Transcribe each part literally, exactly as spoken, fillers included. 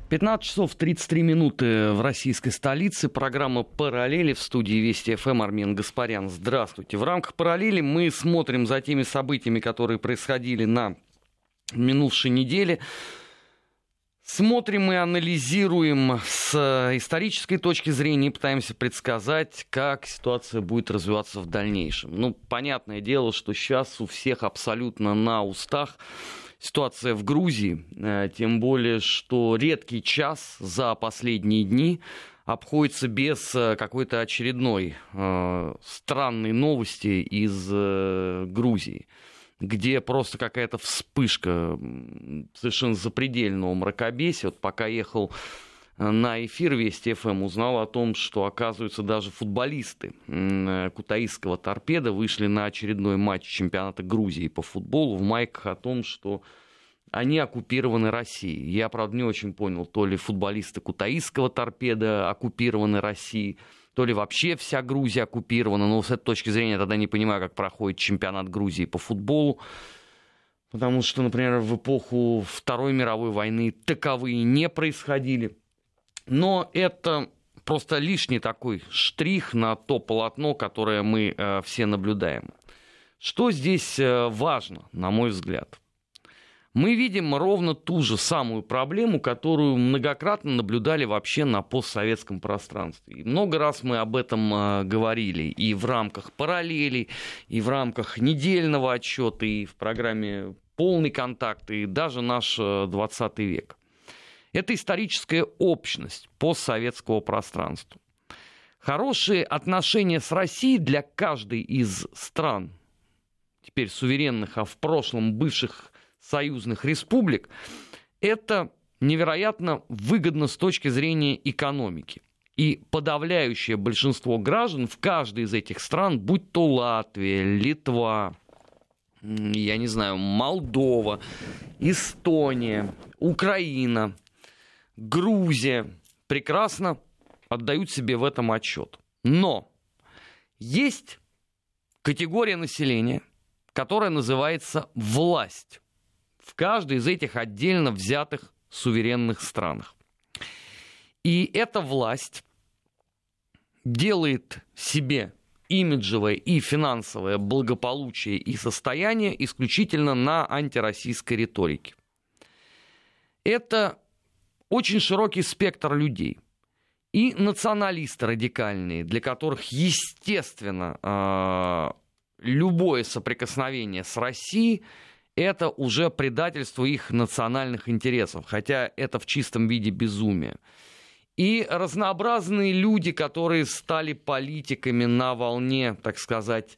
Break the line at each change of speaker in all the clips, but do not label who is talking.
пятнадцать часов тридцать три минуты в российской столице. Программа «Параллели» в студии Вести ФМ. Армен Гаспарян. Здравствуйте. В рамках «Параллели» мы смотрим за теми событиями, которые происходили на минувшей неделе. Смотрим и анализируем с исторической точки зрения и пытаемся предсказать, как ситуация будет развиваться в дальнейшем. Ну, понятное дело, что сейчас у всех абсолютно на устах ситуация в Грузии, тем более, что редкий час за последние дни обходится без какой-то очередной э, странной новости из э, Грузии, где просто какая-то вспышка совершенно запредельного мракобесия. Вот пока ехал на эфир Вести ФМ, узнал о том, что, оказывается, даже футболисты кутаисского «Торпедо» вышли на очередной матч чемпионата Грузии по футболу в майках о том, что они оккупированы Россией. Я, правда, не очень понял, то ли футболисты кутаисского «Торпедо» оккупированы Россией, то ли вообще вся Грузия оккупирована. Но с этой точки зрения я тогда не понимаю, как проходит чемпионат Грузии по футболу. Потому что, например, в эпоху Второй мировой войны таковые не происходили. Но это просто лишний такой штрих на то полотно, которое мы э, все наблюдаем. Что здесь э, важно, на мой взгляд? Мы видим ровно ту же самую проблему, которую многократно наблюдали вообще на постсоветском пространстве. И много раз мы об этом э, говорили и в рамках «Параллелей», и в рамках недельного отчета, и в программе «Полный контакт», и даже наш э, двадцатый век. Это историческая общность постсоветского пространства. Хорошие отношения с Россией для каждой из стран, теперь суверенных, а в прошлом бывших союзных республик, это невероятно выгодно с точки зрения экономики. И подавляющее большинство граждан в каждой из этих стран, будь то Латвия, Литва, я не знаю, Молдова, Эстония, Украина, Грузия, прекрасно отдают себе в этом отчет. Но есть категория населения, которая называется власть в каждой из этих отдельно взятых суверенных странах. И эта власть делает себе имиджевое и финансовое благополучие и состояние исключительно на антироссийской риторике. Это очень широкий спектр людей. И националисты радикальные, для которых, естественно, любое соприкосновение с Россией – это уже предательство их национальных интересов, хотя это в чистом виде безумие. И разнообразные люди, которые стали политиками на волне, так сказать,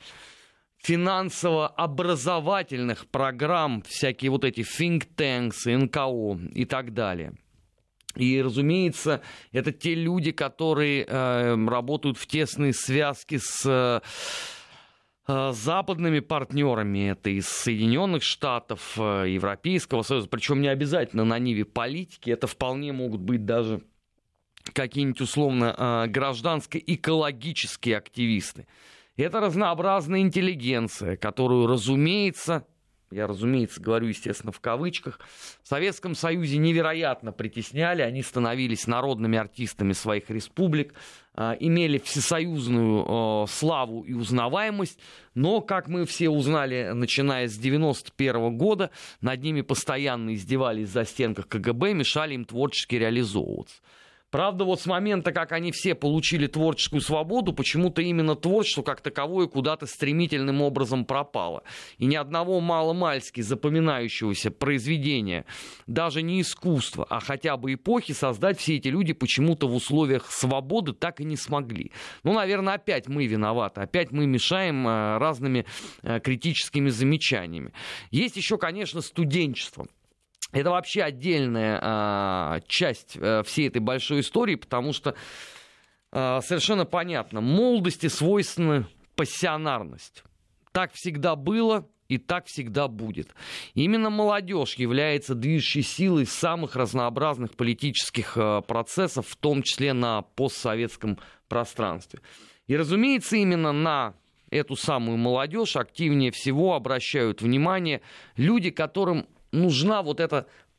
финансово-образовательных программ, всякие вот эти think tanks, эн ка о и так далее. И, разумеется, это те люди, которые э, работают в тесной связке с э, западными партнерами. Это из Соединенных Штатов, э, Европейского Союза. Причем не обязательно на ниве политики. Это вполне могут быть даже какие-нибудь условно э, гражданско-экологические активисты. Это разнообразная интеллигенция, которую, разумеется... Я, разумеется, говорю, естественно, в кавычках. В Советском Союзе невероятно притесняли. Они становились народными артистами своих республик, э, имели всесоюзную э, славу и узнаваемость. Но, как мы все узнали, начиная с девяносто первого года, над ними постоянно издевались в застенках ка гэ бэ, мешали им творчески реализовываться. Правда, вот с момента, как они все получили творческую свободу, почему-то именно творчество как таковое куда-то стремительным образом пропало. И ни одного маломальски запоминающегося произведения, даже не искусства, а хотя бы эпохи, создать все эти люди почему-то в условиях свободы так и не смогли. Ну, наверное, опять мы виноваты, опять мы мешаем разными критическими замечаниями. Есть еще, конечно, студенчество. Это вообще отдельная а, часть а, всей этой большой истории, потому что а, совершенно понятно, молодости свойственна пассионарность. Так всегда было и так всегда будет. И именно молодежь является движущей силой самых разнообразных политических а, процессов, в том числе на постсоветском пространстве. И, разумеется, именно на эту самую молодежь активнее всего обращают внимание люди, которым нужна вот эта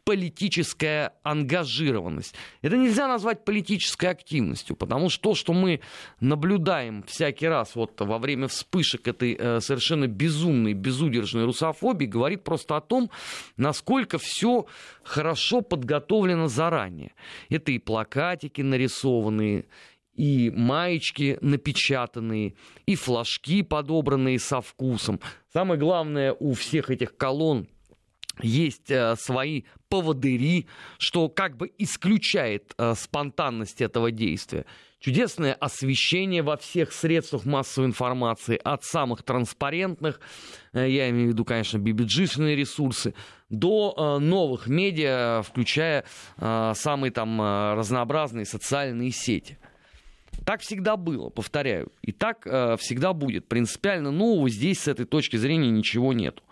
политическая ангажированность. Это нельзя назвать политической активностью, потому что то, что мы наблюдаем всякий раз вот во время вспышек этой э, совершенно безумной, безудержной русофобии, говорит просто о том, насколько все хорошо подготовлено заранее. Это и плакатики нарисованные, и маечки напечатанные, и флажки подобранные со вкусом. Самое главное, у всех этих колонн есть э, свои поводыри, что как бы исключает э, спонтанность этого действия. Чудесное освещение во всех средствах массовой информации, от самых транспарентных, э, я имею в виду, конечно, би би джи-шные ресурсы, до э, новых медиа, включая э, самые там э, разнообразные социальные сети. Так всегда было, повторяю, и так э, всегда будет. Принципиально нового здесь с этой точки зрения ничего нету.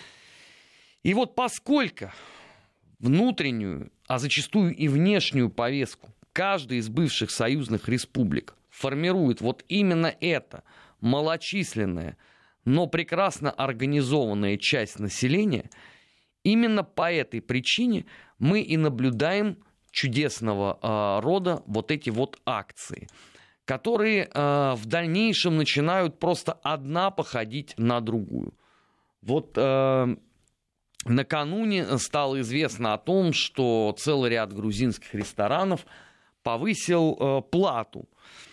И вот поскольку внутреннюю, а зачастую и внешнюю повестку каждой из бывших союзных республик формирует вот именно эта малочисленная, но прекрасно организованная часть населения, именно по этой причине мы и наблюдаем чудесного э, рода вот эти вот акции, которые э, в дальнейшем начинают просто одна походить на другую. Вот э, накануне стало известно о том, что целый ряд грузинских ресторанов повысил э, плату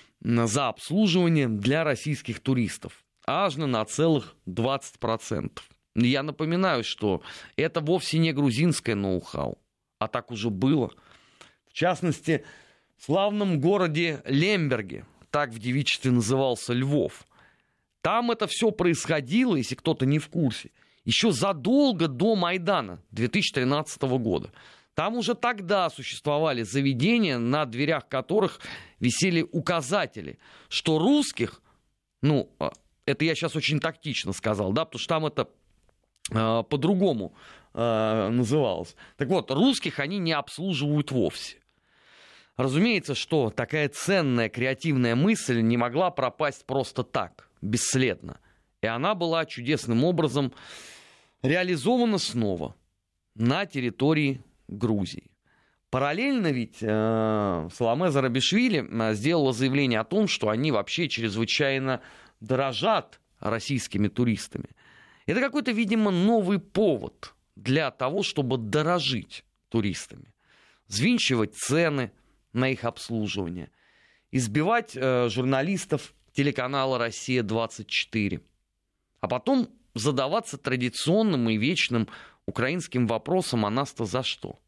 за обслуживание для российских туристов аж на целых двадцать процентов. Я напоминаю, что это вовсе не грузинское ноу-хау, а так уже было. В частности, в славном городе Лемберге, так в девичестве назывался Львов, там это все происходило, если кто-то не в курсе, еще задолго до Майдана две тысячи тринадцатого года. Там уже тогда существовали заведения, на дверях которых висели указатели, что русских, ну, это я сейчас очень тактично сказал, да, потому что там это э, по-другому э, называлось. Так вот, русских они не обслуживают вовсе. Разумеется, что такая ценная креативная мысль не могла пропасть просто так, бесследно. И она была чудесным образом реализована снова на территории Грузии. Параллельно ведь э, Саломе Зурабишвили сделала заявление о том, что они вообще чрезвычайно дорожат российскими туристами. Это какой-то, видимо, новый повод для того, чтобы дорожить туристами. Взвинчивать цены на их обслуживание. Избивать э, журналистов телеканала «Россия двадцать четыре». А потом задаваться традиционным и вечным украинским вопросом: а нас-то за что?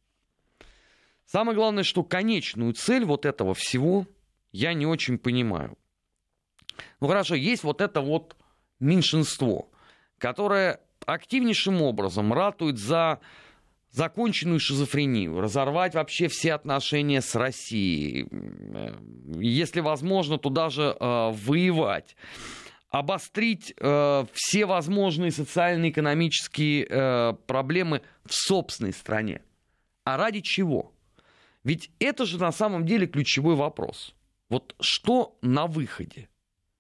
Самое главное, что конечную цель вот этого всего я не очень понимаю. Ну хорошо, есть вот это вот меньшинство, которое активнейшим образом ратует за законченную шизофрению, разорвать вообще все отношения с Россией, если возможно, туда же э, воевать, обострить э, все возможные социально-экономические э, проблемы в собственной стране. А ради чего? Ведь это же на самом деле ключевой вопрос. Вот что на выходе?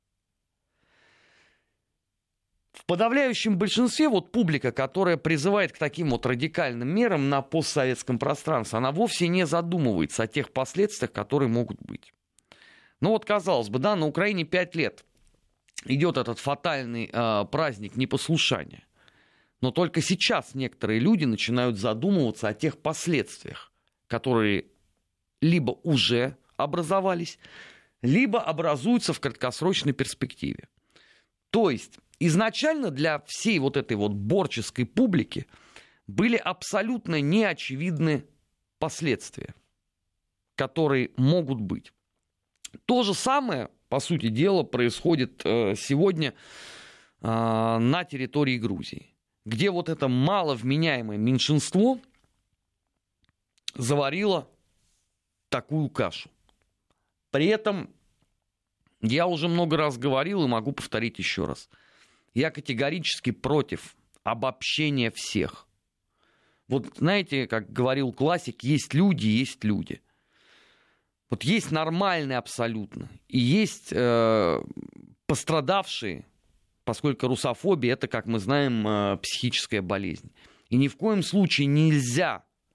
В подавляющем большинстве вот публика, которая призывает к таким вот радикальным мерам на постсоветском пространстве, она вовсе не задумывается о тех последствиях, которые могут быть. Ну вот, казалось бы, да, на Украине пять лет идет этот фатальный э, праздник непослушания. Но только сейчас некоторые люди начинают задумываться о тех последствиях, которые либо уже образовались, либо образуются в краткосрочной перспективе. То есть изначально для всей вот этой вот борческой публики были абсолютно неочевидны последствия, которые могут быть. То же самое, по сути дела, происходит э, сегодня э, на территории Грузии, где вот это маловменяемое меньшинство заварило такую кашу. При этом я уже много раз говорил и могу повторить еще раз. Я категорически против обобщения всех. Вот знаете, как говорил классик, есть люди, есть люди. Вот есть нормальные абсолютно, и есть э, пострадавшие, поскольку русофобия — это, как мы знаем, э, психическая болезнь. И ни в коем случае нельзя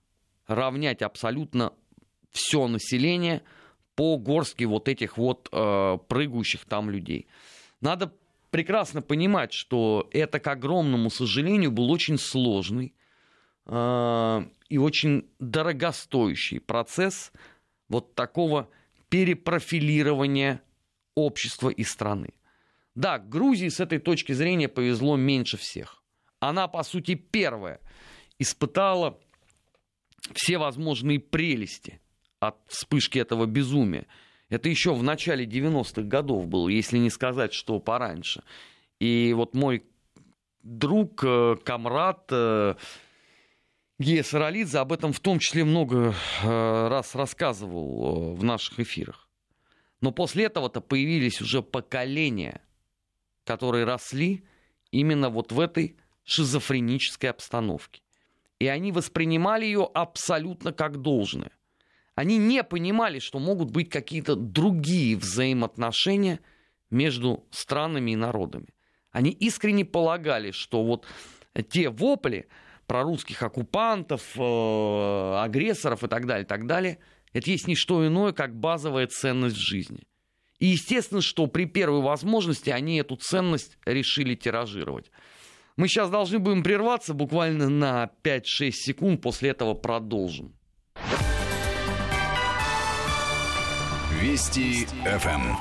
равнять абсолютно все население по горстке вот этих вот э, прыгающих там людей. Надо прекрасно понимать, что это, к огромному сожалению, был очень сложный э, и очень дорогостоящий процесс вот такого перепрофилирования общества и страны. Да, Грузии с этой точки зрения повезло меньше всех. Она, по сути, первая испытала все возможные прелести от вспышки этого безумия. Это еще в начале девяностых годов было, если не сказать, что пораньше. И вот мой друг, комрад Гея Саралидзе об этом в том числе много раз рассказывал в наших эфирах. Но после этого-то появились уже поколения, которые росли именно вот в этой шизофренической обстановке. И они воспринимали ее абсолютно как должное. Они не понимали, что могут быть какие-то другие взаимоотношения между странами и народами. Они искренне полагали, что вот те вопли про русских оккупантов, э, агрессоров и так далее, так далее, это есть не что иное, как базовая ценность в жизни. И естественно, что при первой возможности они эту ценность решили тиражировать. Мы сейчас должны будем прерваться буквально на пять-шесть секунд, после этого продолжим.
Вести эф эм.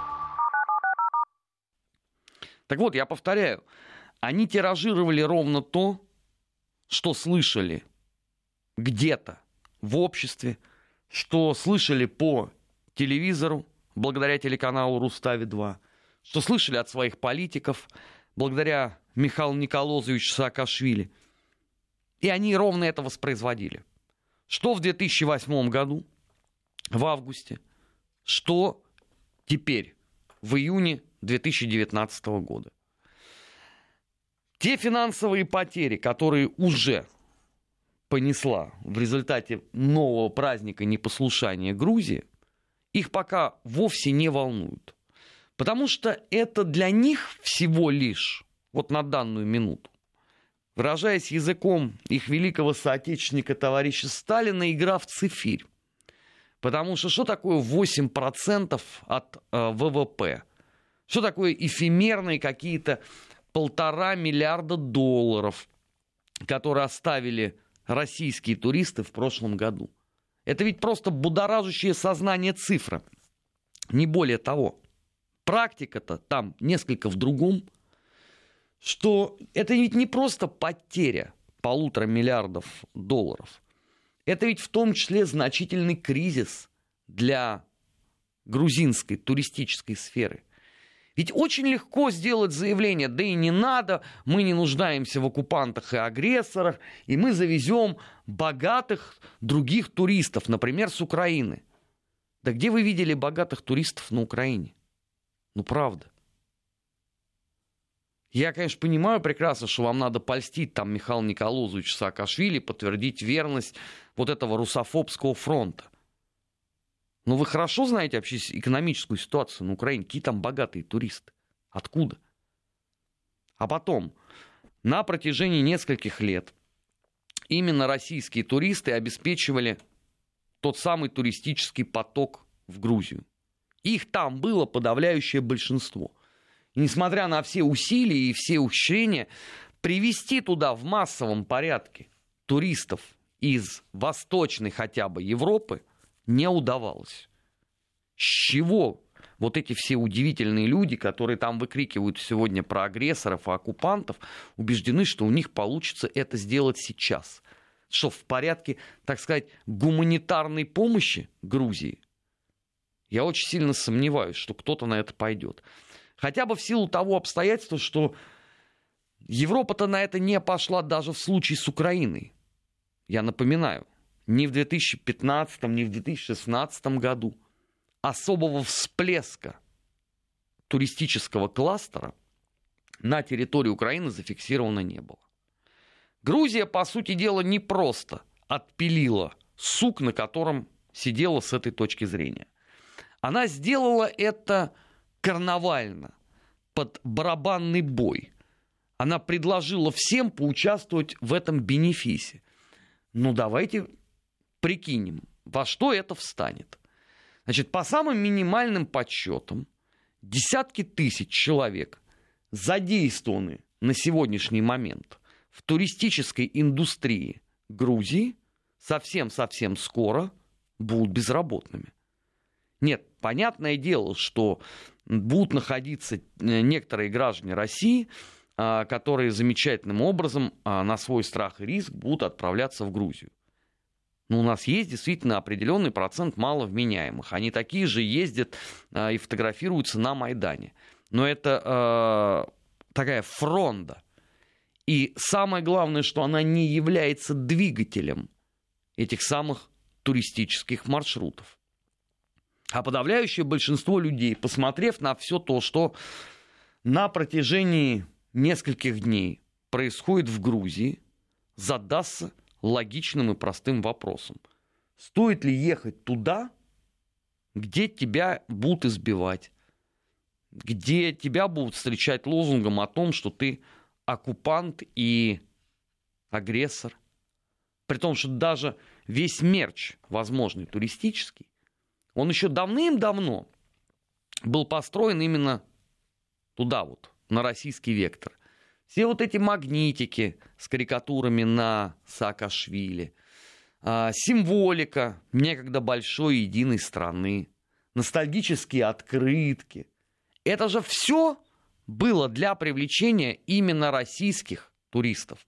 Так вот, я повторяю, они тиражировали ровно то, что слышали где-то в обществе, что слышали по телевизору, благодаря телеканалу Рустави-два, что слышали от своих политиков, благодаря Михаилу Николозовичу Саакашвили. И они ровно это воспроизводили. Что в две тысячи восьмом году, в августе, что теперь, в июне две тысячи девятнадцатого года. Те финансовые потери, которые уже понесла в результате нового праздника непослушания Грузии, их пока вовсе не волнуют. Потому что это для них всего лишь, вот на данную минуту, выражаясь языком их великого соотечественника товарища Сталина, игра в цифирь. Потому что что такое восемь процентов от э, вэ вэ пэ? Что такое эфемерные какие-то полтора миллиарда долларов, которые оставили российские туристы в прошлом году? Это ведь просто будоражащее сознание цифра. Не более того. Практика-то там несколько в другом, что это ведь не просто потеря полутора миллиардов долларов. Это ведь в том числе значительный кризис для грузинской туристической сферы. Ведь очень легко сделать заявление, да и не надо, мы не нуждаемся в оккупантах и агрессорах, и мы завезем богатых других туристов, например, с Украины. Да где вы видели богатых туристов на Украине? Ну, правда. Я, конечно, понимаю прекрасно, что вам надо польстить там Михаилу Николозовичу Саакашвили, подтвердить верность вот этого русофобского фронта. Но вы хорошо знаете вообще экономическую ситуацию на Украине. Какие там богатые туристы? Откуда? А потом, на протяжении нескольких лет именно российские туристы обеспечивали тот самый туристический поток в Грузию. Их там было подавляющее большинство. И несмотря на все усилия и все ухищрения, привести туда в массовом порядке туристов из восточной хотя бы Европы не удавалось. С чего вот эти все удивительные люди, которые там выкрикивают сегодня про агрессоров и оккупантов, убеждены, что у них получится это сделать сейчас? Что в порядке, так сказать, гуманитарной помощи Грузии? Я очень сильно сомневаюсь, что кто-то на это пойдет. Хотя бы в силу того обстоятельства, что Европа-то на это не пошла даже в случае с Украиной. Я напоминаю, ни в две тысячи пятнадцатом, ни в две тысячи шестнадцатом году особого всплеска туристического кластера на территории Украины зафиксировано не было. Грузия, по сути дела, не просто отпилила сук, на котором сидела с этой точки зрения. Она сделала это карнавально, под барабанный бой. Она предложила всем поучаствовать в этом бенефисе. Ну, давайте прикинем, во что это встанет. Значит, по самым минимальным подсчетам, десятки тысяч человек задействованы на сегодняшний момент в туристической индустрии Грузии, совсем-совсем скоро будут безработными. Нет, понятное дело, что будут находиться некоторые граждане России, которые замечательным образом на свой страх и риск будут отправляться в Грузию. Но у нас есть действительно определенный процент маловменяемых. Они такие же ездят и фотографируются на Майдане. Но это э, такая фронта. И самое главное, что она не является двигателем этих самых туристических маршрутов. А подавляющее большинство людей, посмотрев на все то, что на протяжении нескольких дней происходит в Грузии, задастся логичным и простым вопросом. Стоит ли ехать туда, где тебя будут избивать, где тебя будут встречать лозунгом о том, что ты оккупант и агрессор, при том, что даже весь мерч, возможный туристический, он еще давным-давно был построен именно туда вот, на российский вектор. Все вот эти магнитики с карикатурами на Саакашвили, символика некогда большой единой страны, ностальгические открытки. Это же все было для привлечения именно российских туристов.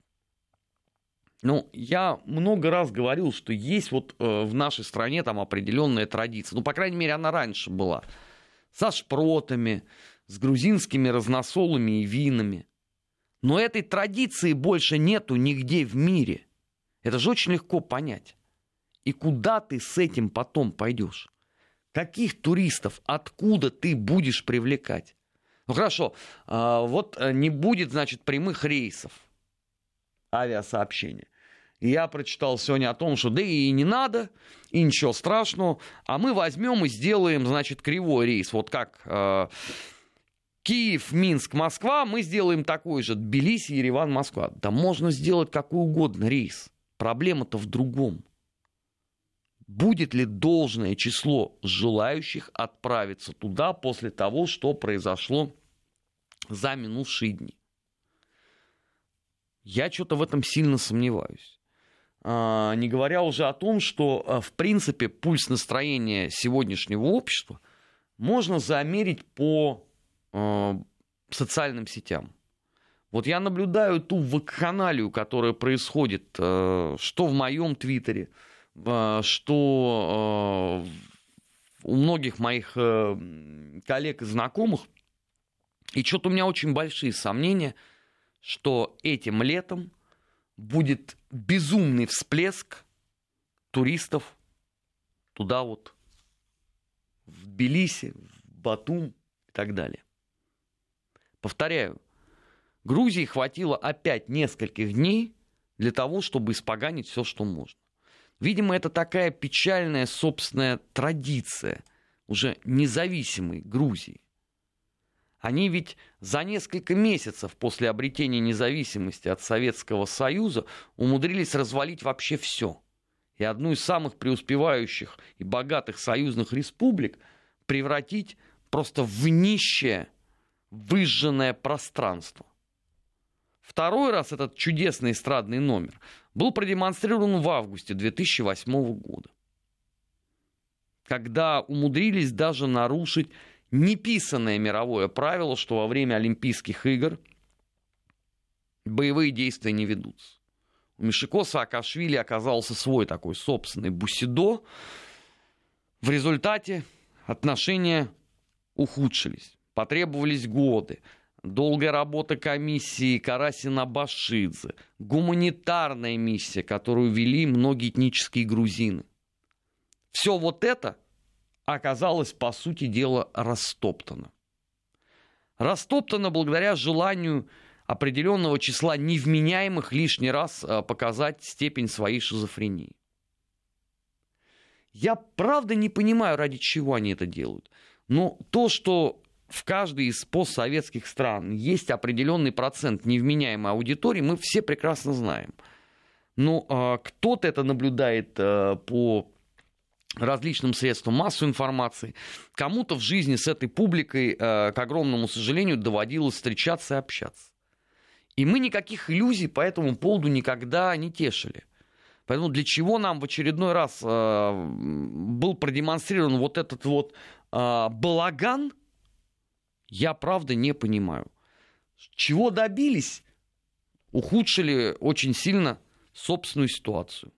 Ну, я много раз говорил, что есть вот э, в нашей стране там определенная традиция. Ну, по крайней мере, она раньше была. Со шпротами, с грузинскими разносолами и винами. Но этой традиции больше нету нигде в мире. Это же очень легко понять. И куда ты с этим потом пойдешь? Каких туристов, откуда ты будешь привлекать? Ну хорошо, вот не будет, значит, прямых рейсов авиасообщения. И я прочитал сегодня о том, что да и не надо, и ничего страшного, а мы возьмем и сделаем, значит, кривой рейс. Вот как э, Киев, Минск, Москва, мы сделаем такой же, Тбилиси, Ереван, Москва. Да можно сделать какой угодно рейс. Проблема-то в другом. Будет ли должное число желающих отправиться туда после того, что произошло за минувшие дни? Я что-то в этом сильно сомневаюсь. А, не говоря уже о том, что, в принципе, пульс настроения сегодняшнего общества можно замерить по а, социальным сетям. Вот я наблюдаю ту вакханалию, которая происходит, а, что в моем твиттере, а, что а, у многих моих а, коллег и знакомых. И что-то у меня очень большие сомнения, что этим летом будет безумный всплеск туристов туда вот, в Тбилиси, в Батум и так далее. Повторяю, Грузии хватило опять нескольких дней для того, чтобы испоганить все, что можно. Видимо, это такая печальная собственная традиция уже независимой Грузии. Они ведь за несколько месяцев после обретения независимости от Советского Союза умудрились развалить вообще все. И одну из самых преуспевающих и богатых союзных республик превратить просто в нищее, выжженное пространство. Второй раз этот чудесный эстрадный номер был продемонстрирован в августе две тысячи восьмого года, когда умудрились даже нарушить неписанное мировое правило, что во время Олимпийских игр боевые действия не ведутся. У Мишико Саакашвили оказался свой такой собственный бусидо. В результате отношения ухудшились. Потребовались годы. Долгая работа комиссии Карасина-Башидзе. Гуманитарная миссия, которую вели многие этнические грузины. Все вот это оказалось, по сути дела, растоптано. Растоптано благодаря желанию определенного числа невменяемых лишний раз показать степень своей шизофрении. Я правда не понимаю, ради чего они это делают. Но то, что в каждой из постсоветских стран есть определенный процент невменяемой аудитории, мы все прекрасно знаем. Ну, кто-то это наблюдает по различным средствам массовой информации. Кому-то в жизни с этой публикой, к огромному сожалению, доводилось встречаться и общаться. И мы никаких иллюзий по этому поводу никогда не тешили. Поэтому для чего нам в очередной раз был продемонстрирован вот этот вот балаган, я правда не понимаю. Чего добились? Ухудшили очень сильно собственную ситуацию.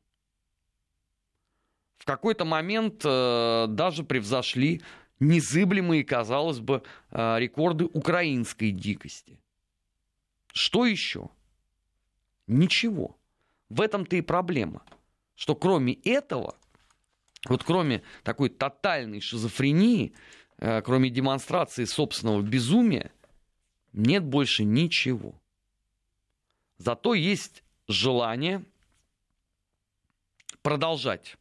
В какой-то момент э, даже превзошли незыблемые, казалось бы, э, рекорды украинской дикости. Что еще? Ничего. В этом-то и проблема. Что кроме этого, вот кроме такой тотальной шизофрении, э, кроме демонстрации собственного безумия, нет больше ничего. Зато есть желание продолжать.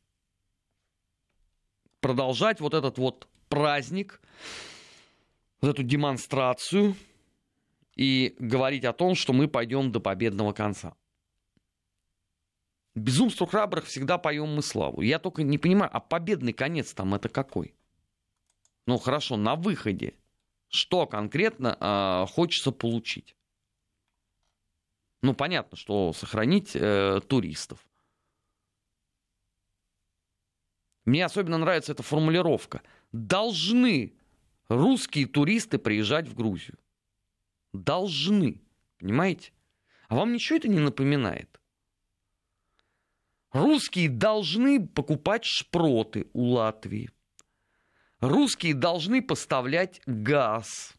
Продолжать вот этот вот праздник, вот эту демонстрацию и говорить о том, что мы пойдем до победного конца. Безумству храбрых всегда поем мы славу. Я только не понимаю, а победный конец там это какой? Ну хорошо, на выходе. Что конкретно э, хочется получить? Ну, понятно, что сохранить э, туристов. Мне особенно нравится эта формулировка. Должны русские туристы приезжать в Грузию. Должны. Понимаете? А вам ничего это не напоминает? Русские должны покупать шпроты у Латвии. Русские должны поставлять газ.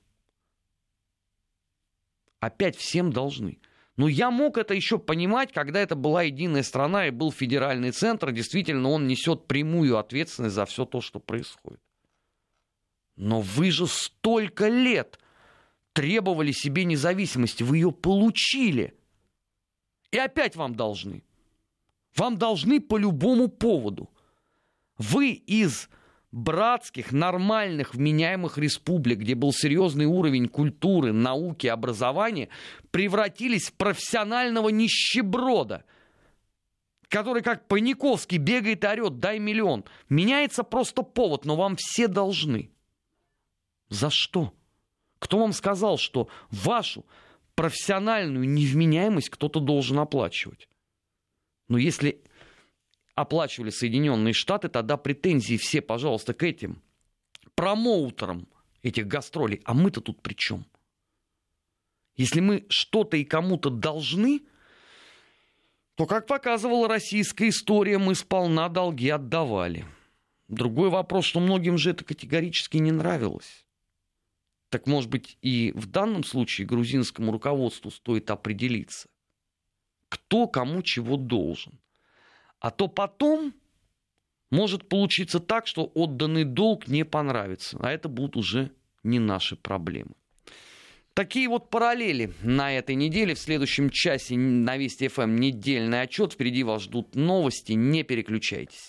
Опять всем должны. Но я мог это еще понимать, когда это была единая страна и был федеральный центр. Действительно, он несет прямую ответственность за все то, что происходит. Но вы же столько лет требовали себе независимости. Вы ее получили. И опять вам должны. Вам должны по любому поводу. Вы из братских, нормальных, вменяемых республик, где был серьезный уровень культуры, науки, образования, превратились в профессионального нищеброда, который как Паниковский бегает и орет: дай миллион. Меняется просто повод, но вам все должны. За что? Кто вам сказал, что вашу профессиональную невменяемость кто-то должен оплачивать? Но если оплачивали Соединенные Штаты, тогда претензии все, пожалуйста, к этим промоутерам этих гастролей. А мы-то тут при чем? Если мы что-то и кому-то должны, то, как показывала российская история, мы сполна долги отдавали. Другой вопрос, что многим же это категорически не нравилось. Так, может быть, и в данном случае грузинскому руководству стоит определиться, кто кому чего должен. А то потом может получиться так, что отданный долг не понравится. А это будут уже не наши проблемы. Такие вот параллели на этой неделе. В следующем часе на Вести эф эм недельный отчет. Впереди вас ждут новости. Не переключайтесь.